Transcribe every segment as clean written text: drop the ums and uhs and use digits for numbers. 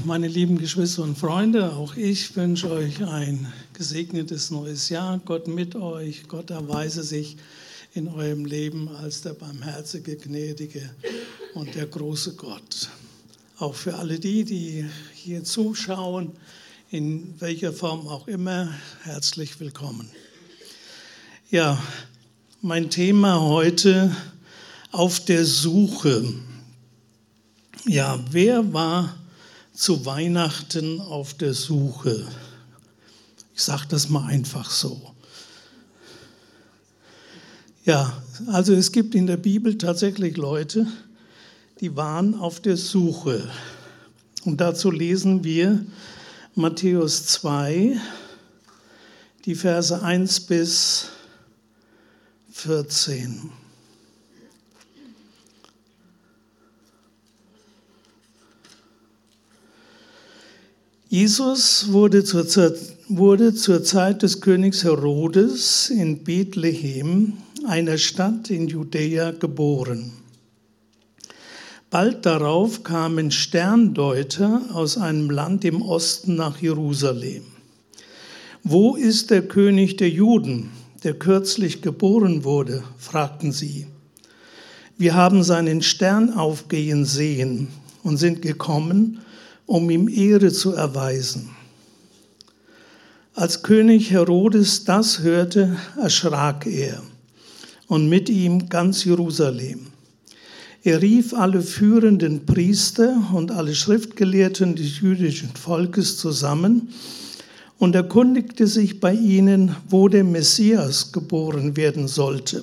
meine lieben Geschwister und Freunde, auch ich wünsche euch ein gesegnetes neues Jahr. Gott mit euch, Gott erweise sich in eurem Leben als der barmherzige, gnädige und der große Gott. Auch für alle die hier zuschauen, in welcher Form auch immer, herzlich willkommen. Ja, mein Thema heute: auf der Suche. Ja, wer war zu Weihnachten auf der Suche? Ich sage das mal einfach so. Ja, also es gibt in der Bibel tatsächlich Leute, die waren auf der Suche. Und dazu lesen wir Matthäus 2, die Verse 1 bis 14. Jesus wurde zur Zeit des Königs Herodes in Bethlehem, einer Stadt in Judäa, geboren. Bald darauf kamen Sterndeuter aus einem Land im Osten nach Jerusalem. Wo ist der König der Juden, der kürzlich geboren wurde? Fragten sie. Wir haben seinen Stern aufgehen sehen und sind gekommen, um ihm Ehre zu erweisen. Als König Herodes das hörte, erschrak er und mit ihm ganz Jerusalem. Er rief alle führenden Priester und alle Schriftgelehrten des jüdischen Volkes zusammen und erkundigte sich bei ihnen, wo der Messias geboren werden sollte.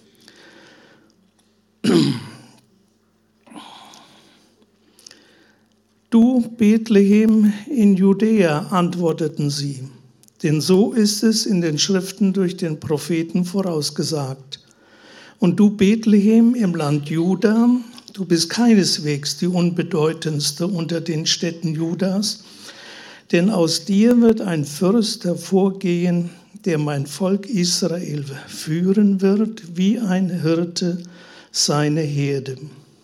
Du, Bethlehem in Judäa, antworteten sie, denn so ist es in den Schriften durch den Propheten vorausgesagt. Und du, Bethlehem im Land Juda, du bist keineswegs die unbedeutendste unter den Städten Judas, denn aus dir wird ein Fürst hervorgehen, der mein Volk Israel führen wird, wie ein Hirte seine Herde.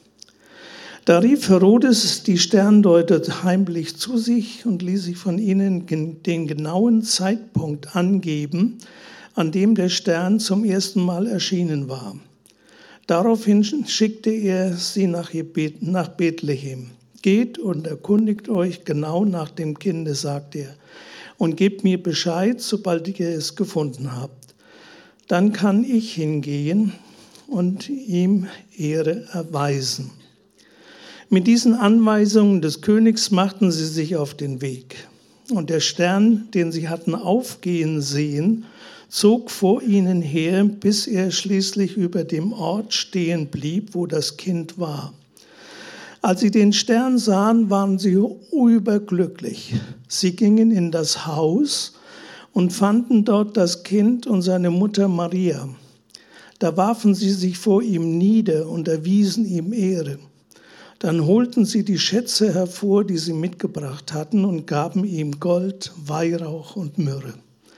Da rief Herodes die Sterndeuter heimlich zu sich und ließ sich von ihnen den genauen Zeitpunkt angeben, an dem der Stern zum ersten Mal erschienen war. Daraufhin schickte er sie nach Bethlehem. Geht und erkundigt euch genau nach dem Kinde, sagt er, und gebt mir Bescheid, sobald ihr es gefunden habt. Dann kann ich hingehen und ihm Ehre erweisen. Mit diesen Anweisungen des Königs machten sie sich auf den Weg. Und der Stern, den sie hatten aufgehen sehen, zog vor ihnen her, bis er schließlich über dem Ort stehen blieb, wo das Kind war. Als sie den Stern sahen, waren sie überglücklich. Sie gingen in das Haus und fanden dort das Kind und seine Mutter Maria. Da warfen sie sich vor ihm nieder und erwiesen ihm Ehre. Dann holten sie die Schätze hervor, die sie mitgebracht hatten, und gaben ihm Gold, Weihrauch und Myrrhe.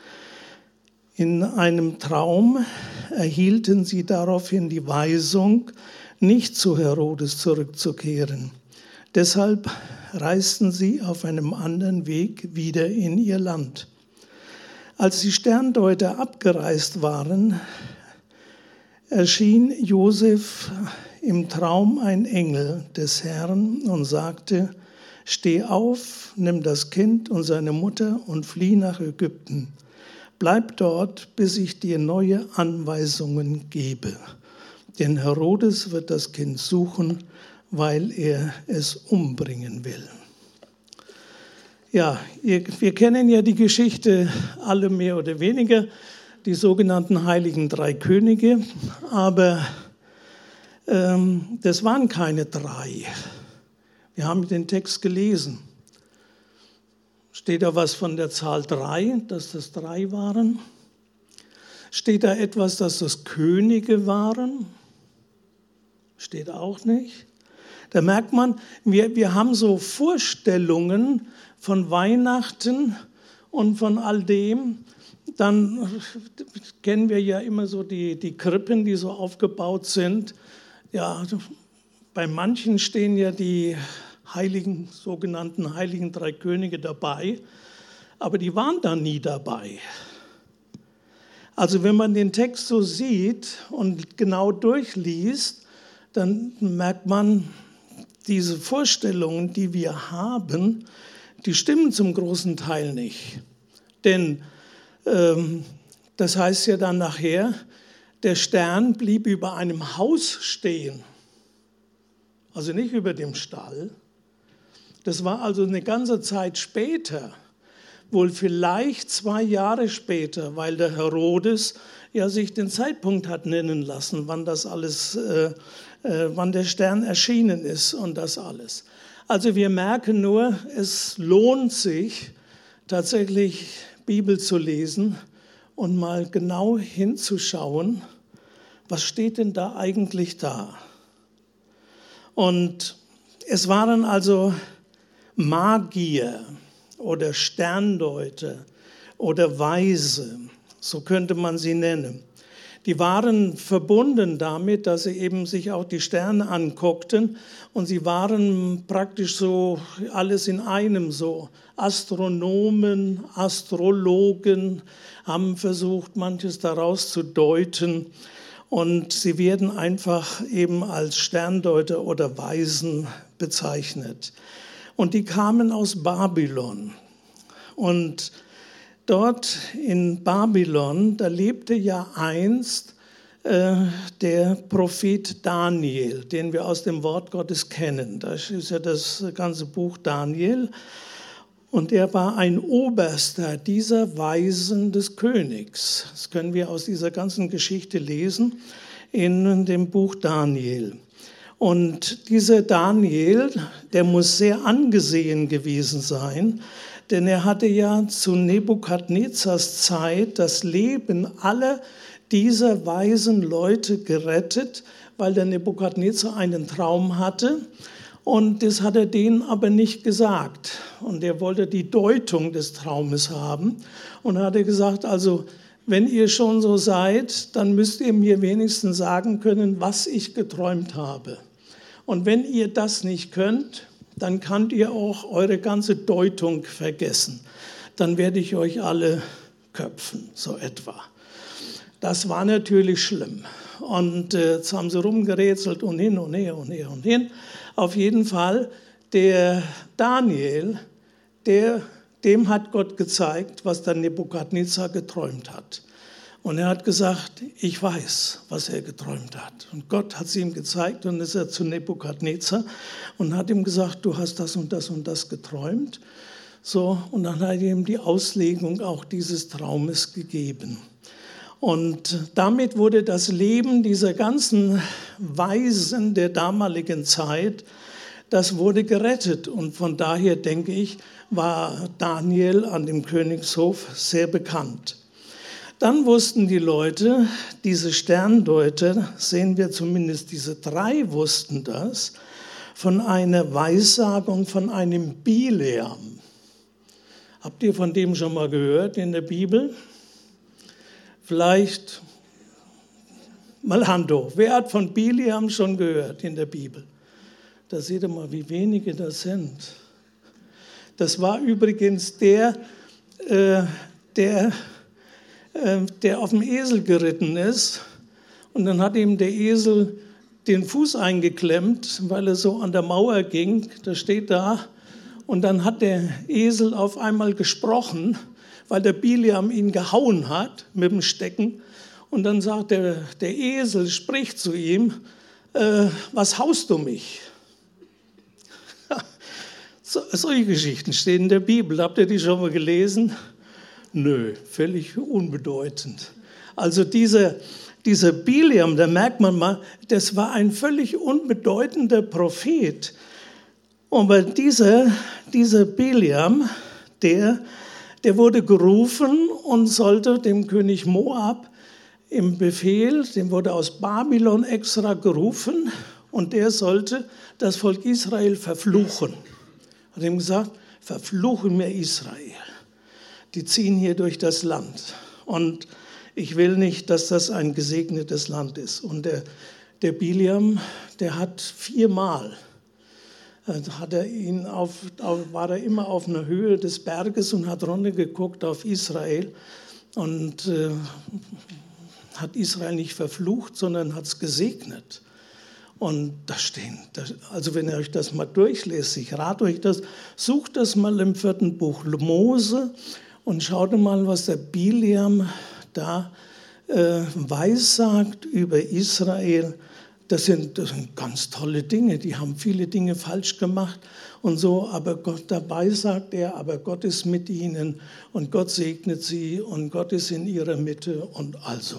In einem Traum erhielten sie daraufhin die Weisung, nicht zu Herodes zurückzukehren. Deshalb reisten sie auf einem anderen Weg wieder in ihr Land. Als die Sterndeuter abgereist waren, erschien Josef im Traum ein Engel des Herrn und sagte, steh auf, nimm das Kind und seine Mutter und flieh nach Ägypten. Bleib dort, bis ich dir neue Anweisungen gebe. Denn Herodes wird das Kind suchen, weil er es umbringen will. Ja, wir kennen ja die Geschichte alle mehr oder weniger, die sogenannten Heiligen Drei Könige, aber das waren keine drei. Wir haben den Text gelesen. Steht da was von der Zahl 3, dass das 3 waren? Steht da etwas, dass das Könige waren? Steht auch nicht. Da merkt man, wir haben so Vorstellungen von Weihnachten und von all dem. Dann kennen wir ja immer so die Krippen, die so aufgebaut sind. Ja, bei manchen stehen ja die sogenannten Heiligen Drei Könige dabei, aber die waren da nie dabei. Also wenn man den Text so sieht und genau durchliest, dann merkt man, diese Vorstellungen, die wir haben, die stimmen zum großen Teil nicht. Denn das heißt ja dann nachher, der Stern blieb über einem Haus stehen, also nicht über dem Stall. Das war also eine ganze Zeit später, wohl vielleicht 2 Jahre später, weil der Herodes ja sich den Zeitpunkt hat nennen lassen, wann das alles, wann der Stern erschienen ist und das alles. Also wir merken nur, es lohnt sich tatsächlich Bibel zu lesen und mal genau hinzuschauen, was steht denn da eigentlich da? Und es waren also Magier oder Sterndeuter oder Weise, so könnte man sie nennen. Die waren verbunden damit, dass sie eben sich auch die Sterne anguckten und sie waren praktisch so alles in einem, so Astronomen, Astrologen haben versucht, manches daraus zu deuten und sie werden einfach eben als Sterndeuter oder Weisen bezeichnet. Und die kamen aus Babylon und dort in Babylon, da lebte ja einst der Prophet Daniel, den wir aus dem Wort Gottes kennen. Das ist ja das ganze Buch Daniel. Und er war ein Oberster dieser Weisen des Königs. Das können wir aus dieser ganzen Geschichte lesen in dem Buch Daniel. Und dieser Daniel, der muss sehr angesehen gewesen sein, denn er hatte ja zu Nebukadnezars Zeit das Leben aller dieser weisen Leute gerettet, weil der Nebukadnezar einen Traum hatte. Und das hat er denen aber nicht gesagt. Und er wollte die Deutung des Traumes haben. Und hat er gesagt, also wenn ihr schon so seid, dann müsst ihr mir wenigstens sagen können, was ich geträumt habe. Und wenn ihr das nicht könnt, dann könnt ihr auch eure ganze Deutung vergessen. Dann werde ich euch alle köpfen, so etwa. Das war natürlich schlimm. Und jetzt haben sie rumgerätselt und hin und her und her und hin. Auf jeden Fall, der Daniel, dem hat Gott gezeigt, was der Nebukadnezar geträumt hat. Und er hat gesagt, ich weiß, was er geträumt hat. Und Gott hat es ihm gezeigt und ist er zu Nebukadnezar und hat ihm gesagt, du hast das und das und das geträumt. So, und dann hat er ihm die Auslegung auch dieses Traumes gegeben. Und damit wurde das Leben dieser ganzen Weisen der damaligen Zeit, das wurde gerettet. Und von daher, denke ich, war Daniel an dem Königshof sehr bekannt. Dann wussten die Leute, diese Sterndeuter, sehen wir zumindest, diese 3 wussten das, von einer Weissagung von einem Bileam. Habt ihr von dem schon mal gehört in der Bibel? Vielleicht mal Hand hoch. Wer hat von Bileam schon gehört in der Bibel? Da seht ihr mal, wie wenige das sind. Das war übrigens der auf dem Esel geritten ist und dann hat ihm der Esel den Fuß eingeklemmt, weil er so an der Mauer ging, das steht da, und dann hat der Esel auf einmal gesprochen, weil der Bileam ihn gehauen hat mit dem Stecken und dann sagt der Esel, spricht zu ihm, was haust du mich? Solche Geschichten stehen in der Bibel, habt ihr die schon mal gelesen? Nö, völlig unbedeutend. Also dieser Bileam, da merkt man mal, das war ein völlig unbedeutender Prophet. Aber dieser Bileam, der wurde gerufen und sollte dem König Moab im Befehl, dem wurde aus Babylon extra gerufen und der sollte das Volk Israel verfluchen. Hat ihm gesagt, verfluche mir Israel. Die ziehen hier durch das Land. Und ich will nicht, dass das ein gesegnetes Land ist. Und der Bileam, der hat 4-mal war er immer auf einer Höhe des Berges und hat runtergeguckt auf Israel und hat Israel nicht verflucht, sondern hat es gesegnet. Und also wenn ihr euch das mal durchlest, ich rate euch das, sucht das mal im 4. Buch Mose und schaut mal, was der Bileam da weissagt über Israel. Das sind ganz tolle Dinge, die haben viele Dinge falsch gemacht und so, aber Gott dabei sagt er, aber Gott ist mit ihnen und Gott segnet sie und Gott ist in ihrer Mitte und also.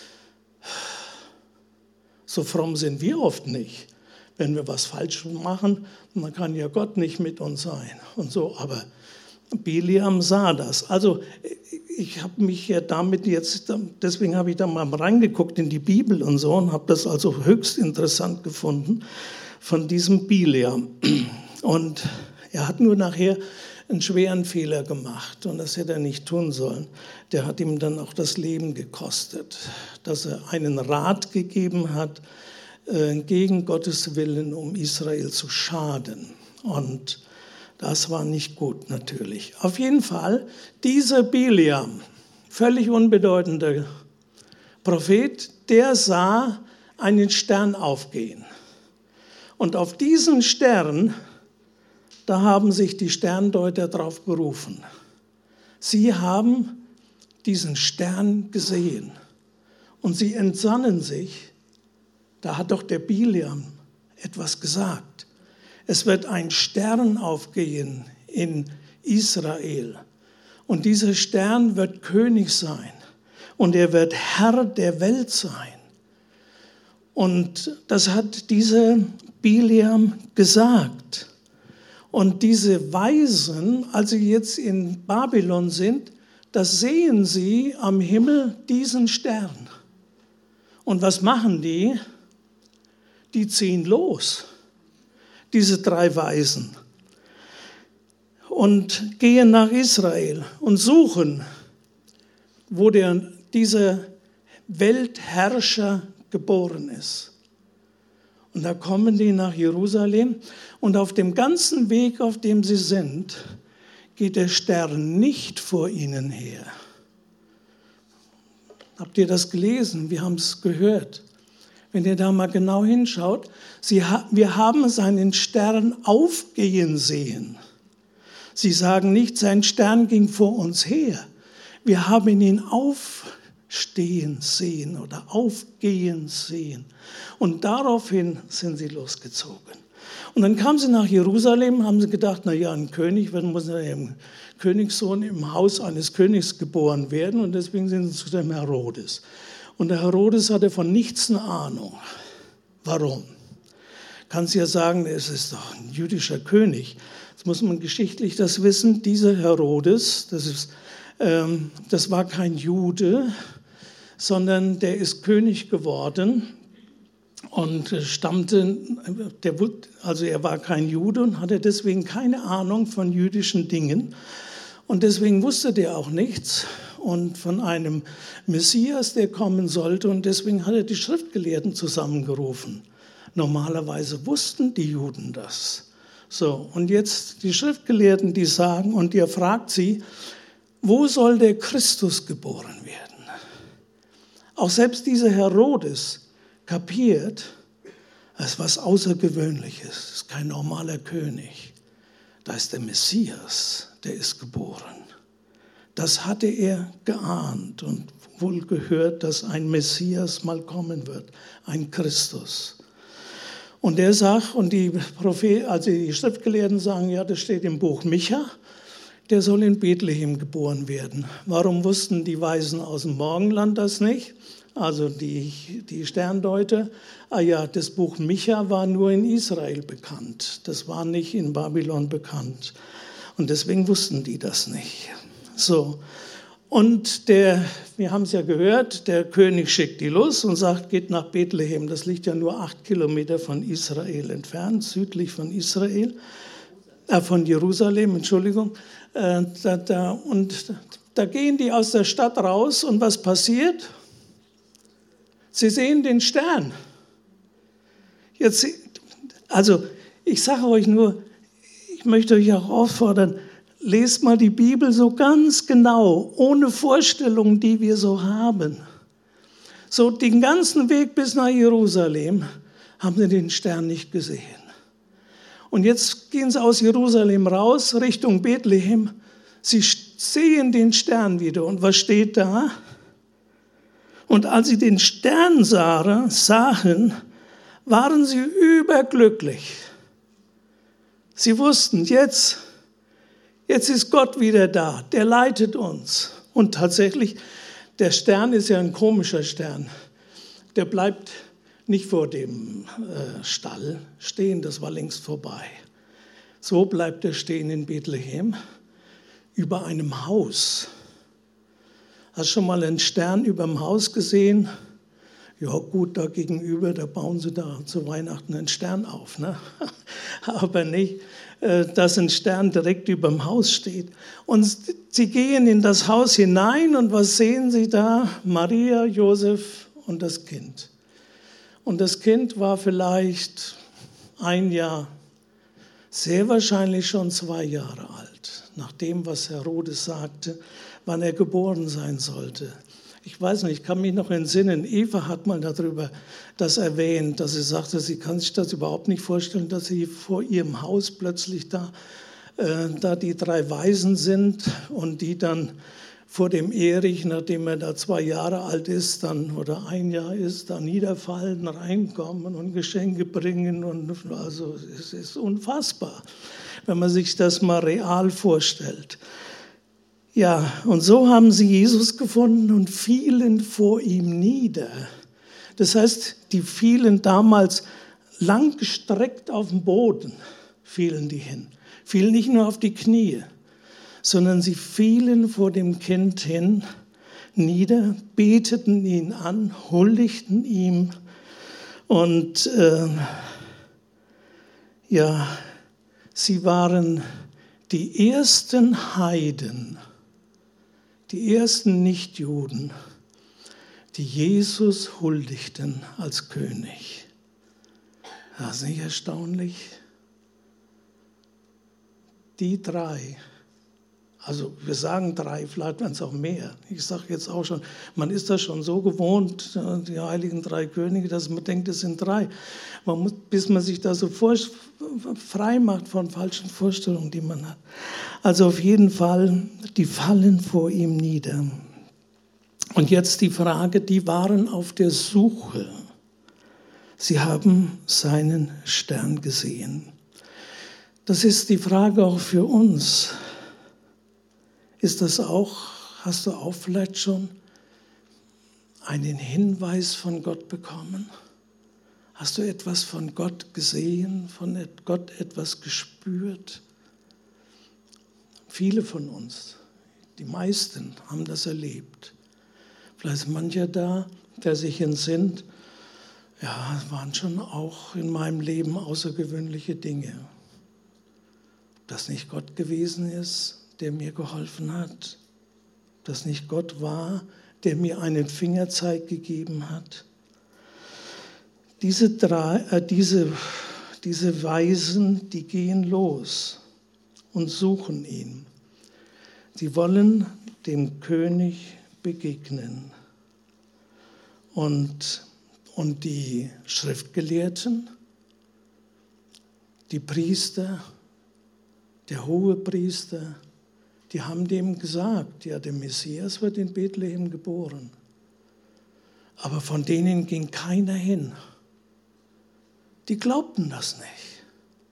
So fromm sind wir oft nicht. Wenn wir was falsch machen, dann kann ja Gott nicht mit uns sein und so, aber Bileam sah das. Also ich habe mich ja damit jetzt, deswegen habe ich da mal reingeguckt in die Bibel und so und habe das also höchst interessant gefunden von diesem Bileam. Und er hat nur nachher einen schweren Fehler gemacht und das hätte er nicht tun sollen. Der hat ihm dann auch das Leben gekostet, dass er einen Rat gegeben hat gegen Gottes Willen, um Israel zu schaden. Und das war nicht gut natürlich. Auf jeden Fall, dieser Bileam, völlig unbedeutender Prophet, der sah einen Stern aufgehen. Und auf diesen Stern, da haben sich die Sterndeuter drauf berufen. Sie haben diesen Stern gesehen und sie entsannen sich, da hat doch der Bileam etwas gesagt. Es wird ein Stern aufgehen in Israel und dieser Stern wird König sein und er wird Herr der Welt sein. Und das hat dieser Bileam gesagt. Und diese Weisen, als sie jetzt in Babylon sind, das sehen sie am Himmel diesen Stern. Und was machen die? Die ziehen los, diese 3 Weisen, und gehen nach Israel und suchen, wo dieser Weltherrscher geboren ist. Und da kommen die nach Jerusalem und auf dem ganzen Weg, auf dem sie sind, geht der Stern nicht vor ihnen her. Habt ihr das gelesen? Wir haben es gehört. Wenn ihr da mal genau hinschaut, wir haben seinen Stern aufgehen sehen. Sie sagen nicht, sein Stern ging vor uns her. Wir haben ihn aufstehen sehen oder aufgehen sehen. Und daraufhin sind sie losgezogen. Und dann kamen sie nach Jerusalem, haben sie gedacht, na ja, ein König, muss ein Königssohn im Haus eines Königs geboren werden. Und deswegen sind sie zu dem Herodes. Und der Herodes hatte von nichts eine Ahnung. Warum? Kannst ja sagen, es ist doch ein jüdischer König. Jetzt muss man geschichtlich das wissen. Dieser Herodes, das war kein Jude, sondern der ist König geworden und er war kein Jude und hatte deswegen keine Ahnung von jüdischen Dingen. Und deswegen wusste der auch nichts und von einem Messias, der kommen sollte. Und deswegen hat er die Schriftgelehrten zusammengerufen. Normalerweise wussten die Juden das. So, und jetzt die Schriftgelehrten, die sagen, und ihr fragt sie, wo soll der Christus geboren werden? Auch selbst dieser Herodes kapiert, das ist was Außergewöhnliches, das ist kein normaler König. Da ist der Messias, der ist geboren. Das hatte er geahnt und wohl gehört, dass ein Messias mal kommen wird, ein Christus. Und er sagt, und die Schriftgelehrten sagen, ja, das steht im Buch Micha, der soll in Bethlehem geboren werden. Warum wussten die Weisen aus dem Morgenland das nicht? Also die Sterndeuter, das Buch Micha war nur in Israel bekannt. Das war nicht in Babylon bekannt. Und deswegen wussten die das nicht. So. Und wir haben es ja gehört, der König schickt die los und sagt, geht nach Bethlehem. Das liegt ja nur 8 Kilometer von Israel entfernt, südlich von von Jerusalem, Entschuldigung. Und da gehen die aus der Stadt raus und was passiert? Sie sehen den Stern. Ich sage euch nur, ich möchte euch auch auffordern, lest mal die Bibel so ganz genau, ohne Vorstellungen, die wir so haben. So den ganzen Weg bis nach Jerusalem haben sie den Stern nicht gesehen. Und jetzt gehen sie aus Jerusalem raus, Richtung Bethlehem. Sie sehen den Stern wieder. Und was steht da? Und als sie den Stern sahen, waren sie überglücklich. Sie wussten, jetzt ist Gott wieder da, der leitet uns. Und tatsächlich, der Stern ist ja ein komischer Stern. Der bleibt nicht vor dem Stall stehen, das war längst vorbei. So bleibt er stehen in Bethlehem über einem Haus. Hast du schon mal einen Stern über dem Haus gesehen? Ja gut, da gegenüber, da bauen sie da zu Weihnachten einen Stern auf. Ne? Aber nicht, dass ein Stern direkt über dem Haus steht. Und sie gehen in das Haus hinein und was sehen sie da? Maria, Josef und das Kind. Und das Kind war vielleicht 1 Jahr, sehr wahrscheinlich schon 2 Jahre alt, nach dem, was Herodes sagte, wann er geboren sein sollte. Ich weiß nicht, ich kann mich noch entsinnen, Eva hat mal darüber das erwähnt, dass sie sagte, sie kann sich das überhaupt nicht vorstellen, dass sie vor ihrem Haus plötzlich da die 3 Weisen sind und die dann vor dem Erich, nachdem er da 2 Jahre alt ist oder 1 Jahr ist, da niederfallen, reinkommen und Geschenke bringen. Und also es ist unfassbar, wenn man sich das mal real vorstellt. Ja, und so haben sie Jesus gefunden und fielen vor ihm nieder. Das heißt, die fielen damals langgestreckt auf dem Boden, fielen die hin. Fielen nicht nur auf die Knie, sondern sie fielen vor dem Kind hin, nieder, beteten ihn an, huldigten ihm. Und sie waren die ersten Heiden, die ersten Nichtjuden, die Jesus huldigten als König. Das ist nicht erstaunlich? Die 3. Also wir sagen 3, vielleicht werden es auch mehr. Ich sage jetzt auch schon, man ist das schon so gewohnt, die heiligen 3 Könige, dass man denkt, es sind 3. Bis man sich da so frei macht von falschen Vorstellungen, die man hat. Also auf jeden Fall, die fallen vor ihm nieder. Und jetzt die Frage, die waren auf der Suche. Sie haben seinen Stern gesehen. Das ist die Frage auch für uns. Ist das auch, hast du auch vielleicht schon einen Hinweis von Gott bekommen? Hast du etwas von Gott gesehen, von Gott etwas gespürt? Viele von uns, die meisten, haben das erlebt. Vielleicht ist mancher da, der sich entsinnt, ja, es waren schon auch in meinem Leben außergewöhnliche Dinge. Ob das nicht Gott gewesen ist, der mir geholfen hat, dass nicht Gott war, der mir einen Fingerzeig gegeben hat. Diese Weisen, die gehen los und suchen ihn. Sie wollen dem König begegnen. Und die Schriftgelehrten, die Priester, der Hohepriester, die haben dem gesagt, ja, der Messias wird in Bethlehem geboren. Aber von denen ging keiner hin. Die glaubten das nicht.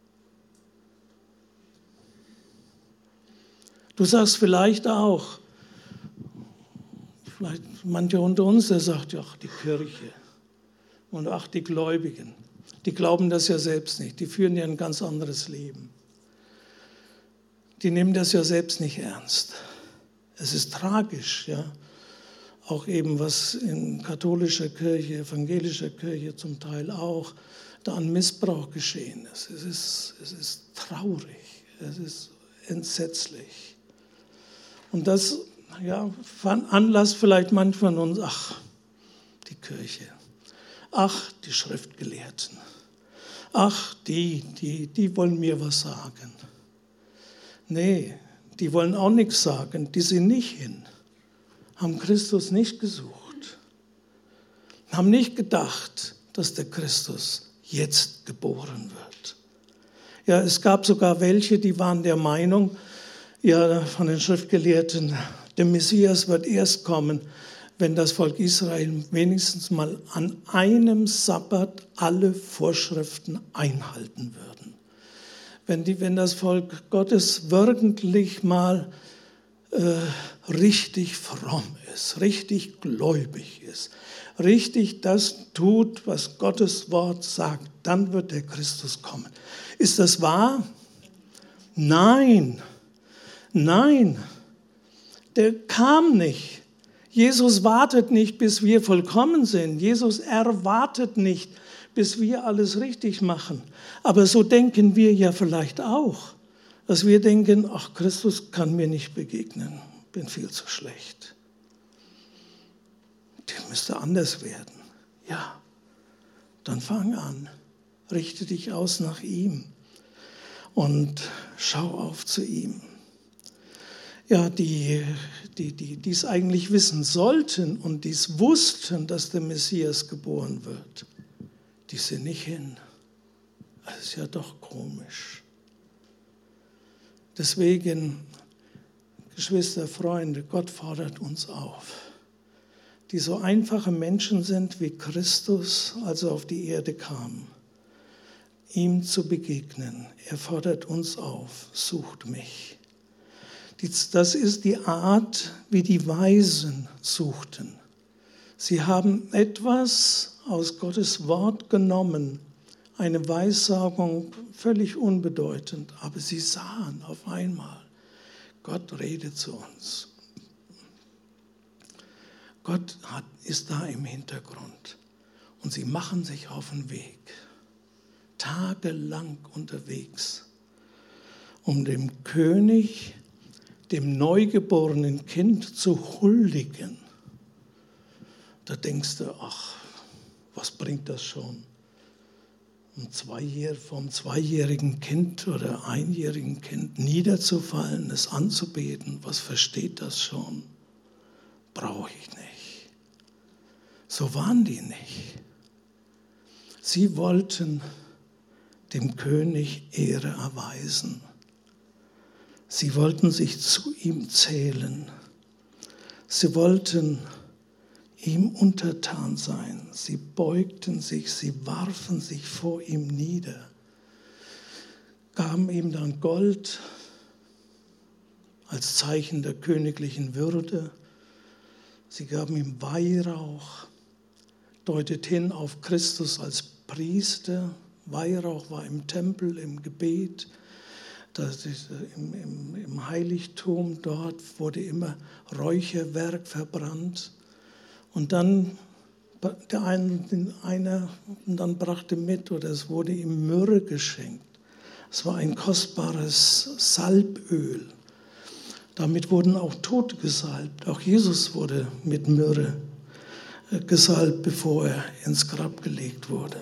Du sagst vielleicht auch, vielleicht mancher unter uns, der sagt, ach, die Kirche und ach, die Gläubigen, die glauben das ja selbst nicht, die führen ja ein ganz anderes Leben. Die nehmen das ja selbst nicht ernst. Es ist tragisch, ja. Auch eben, was in katholischer Kirche, evangelischer Kirche zum Teil auch, da an Missbrauch geschehen ist. Es ist traurig, es ist entsetzlich. Und das, ja, veranlasst vielleicht manchmal uns, ach, die Kirche, ach, die Schriftgelehrten, ach, die wollen mir was sagen. Nee, die wollen auch nichts sagen, die sind nicht hin, haben Christus nicht gesucht, haben nicht gedacht, dass der Christus jetzt geboren wird. Ja, es gab sogar welche, die waren der Meinung, ja, von den Schriftgelehrten, der Messias wird erst kommen, wenn das Volk Israel wenigstens mal an einem Sabbat alle Vorschriften einhalten würden. Wenn das Volk Gottes wirklich mal richtig fromm ist, richtig gläubig ist, richtig das tut, was Gottes Wort sagt, dann wird der Christus kommen. Ist das wahr? Nein, der kam nicht. Jesus wartet nicht, bis wir vollkommen sind. Jesus erwartet nicht, bis wir alles richtig machen. Aber so denken wir ja vielleicht auch, dass wir denken, ach, Christus kann mir nicht begegnen, bin viel zu schlecht. Der müsste anders werden. Ja, dann fang an, richte dich aus nach ihm und schau auf zu ihm. Ja, die es eigentlich wissen sollten und die es wussten, dass der Messias geboren wird, die sind nicht hin. Das ist ja doch komisch. Deswegen, Geschwister, Freunde, Gott fordert uns auf, die so einfache Menschen sind wie Christus, als er auf die Erde kam, ihm zu begegnen. Er fordert uns auf, sucht mich. Das ist die Art, wie die Weisen suchten. Sie haben etwas aus Gottes Wort genommen, eine Weissagung völlig unbedeutend, aber sie sahen auf einmal, Gott redet zu uns. Gott ist da im Hintergrund und sie machen sich auf den Weg, tagelang unterwegs, um dem König, dem neugeborenen Kind zu huldigen. Da denkst du, ach, was bringt das schon? Vom zweijährigen Kind oder einjährigen Kind niederzufallen, es anzubeten, was versteht das schon? Brauche ich nicht. So waren die nicht. Sie wollten dem König Ehre erweisen. Sie wollten sich zu ihm zählen. Sie wollten ihm untertan sein. Sie beugten sich, sie warfen sich vor ihm nieder, gaben ihm dann Gold als Zeichen der königlichen Würde. Sie gaben ihm Weihrauch, deutet hin auf Christus als Priester. Weihrauch war im Tempel, im Gebet. Im Heiligtum dort wurde immer Räucherwerk verbrannt. Und dann einer brachte mit, oder es wurde ihm Myrrhe geschenkt. Es war ein kostbares Salböl. Damit wurden auch Tote gesalbt. Auch Jesus wurde mit Myrrhe gesalbt, bevor er ins Grab gelegt wurde.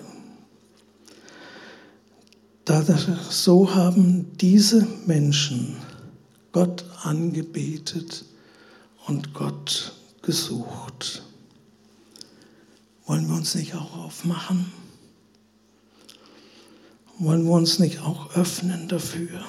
So haben diese Menschen Gott angebetet und Gott gesucht. Wollen wir uns nicht auch aufmachen? Wollen wir uns nicht auch öffnen dafür?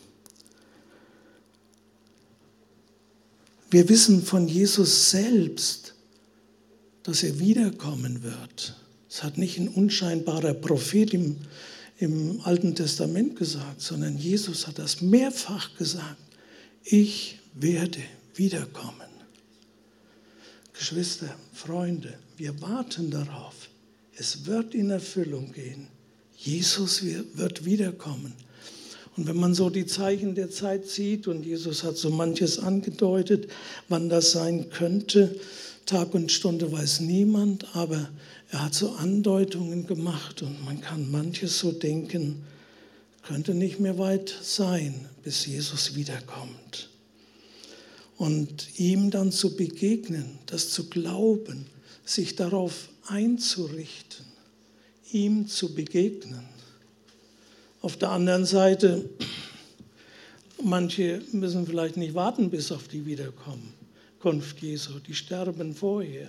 Wir wissen von Jesus selbst, dass er wiederkommen wird. Es hat nicht ein unscheinbarer Prophet im Alten Testament gesagt, sondern Jesus hat das mehrfach gesagt. Ich werde wiederkommen. Geschwister, Freunde, wir warten darauf. Es wird in Erfüllung gehen. Jesus wird wiederkommen. Und wenn man so die Zeichen der Zeit sieht, und Jesus hat so manches angedeutet, wann das sein könnte, Tag und Stunde weiß niemand, aber er hat so Andeutungen gemacht und man kann manches so denken, könnte nicht mehr weit sein, bis Jesus wiederkommt. Und ihm dann zu begegnen, das zu glauben, sich darauf einzurichten, ihm zu begegnen, Auf der anderen Seite, manche müssen vielleicht nicht warten bis auf die Wiederkunft Jesu, die sterben vorher.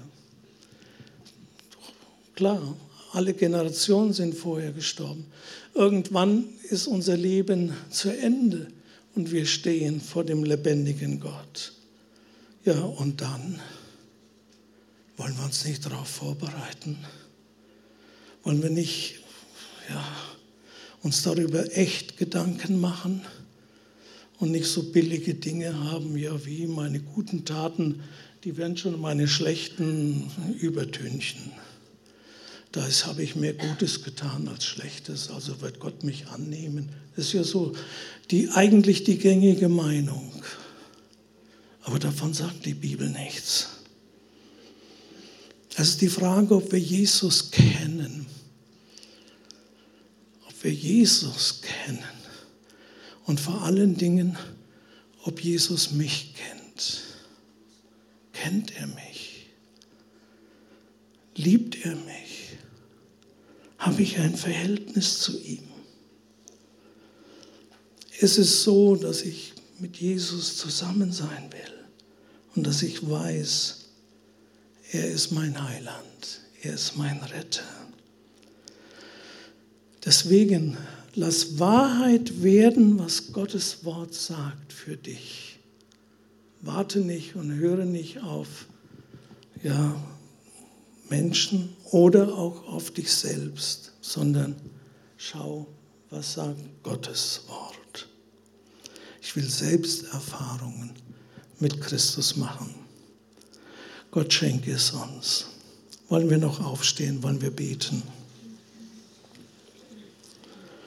Klar, alle Generationen sind vorher gestorben. Irgendwann ist unser Leben zu Ende und wir stehen vor dem lebendigen Gott. Ja, und dann wollen wir uns nicht darauf vorbereiten. Wollen wir nicht uns darüber echt Gedanken machen und nicht so billige Dinge haben, ja, wie meine guten Taten, die werden schon meine schlechten übertünchen. Da habe ich mehr Gutes getan als Schlechtes, also wird Gott mich annehmen. Das ist ja so eigentlich die gängige Meinung. Aber davon sagt die Bibel nichts. Es ist die Frage, ob wir Jesus kennen. Ob wir Jesus kennen. Und vor allen Dingen, ob Jesus mich kennt. Kennt er mich? Liebt er mich? Habe ich ein Verhältnis zu ihm? Es ist so, dass ich mit Jesus zusammen sein will und dass ich weiß, er ist mein Heiland, er ist mein Retter. Deswegen, lass Wahrheit werden, was Gottes Wort sagt für dich. Warte nicht und höre nicht auf Menschen oder auch auf dich selbst, sondern schau, was sagt Gottes Wort. Ich will selbst Erfahrungen mit Christus machen. Gott schenke es uns. Wollen wir noch aufstehen, wollen wir beten?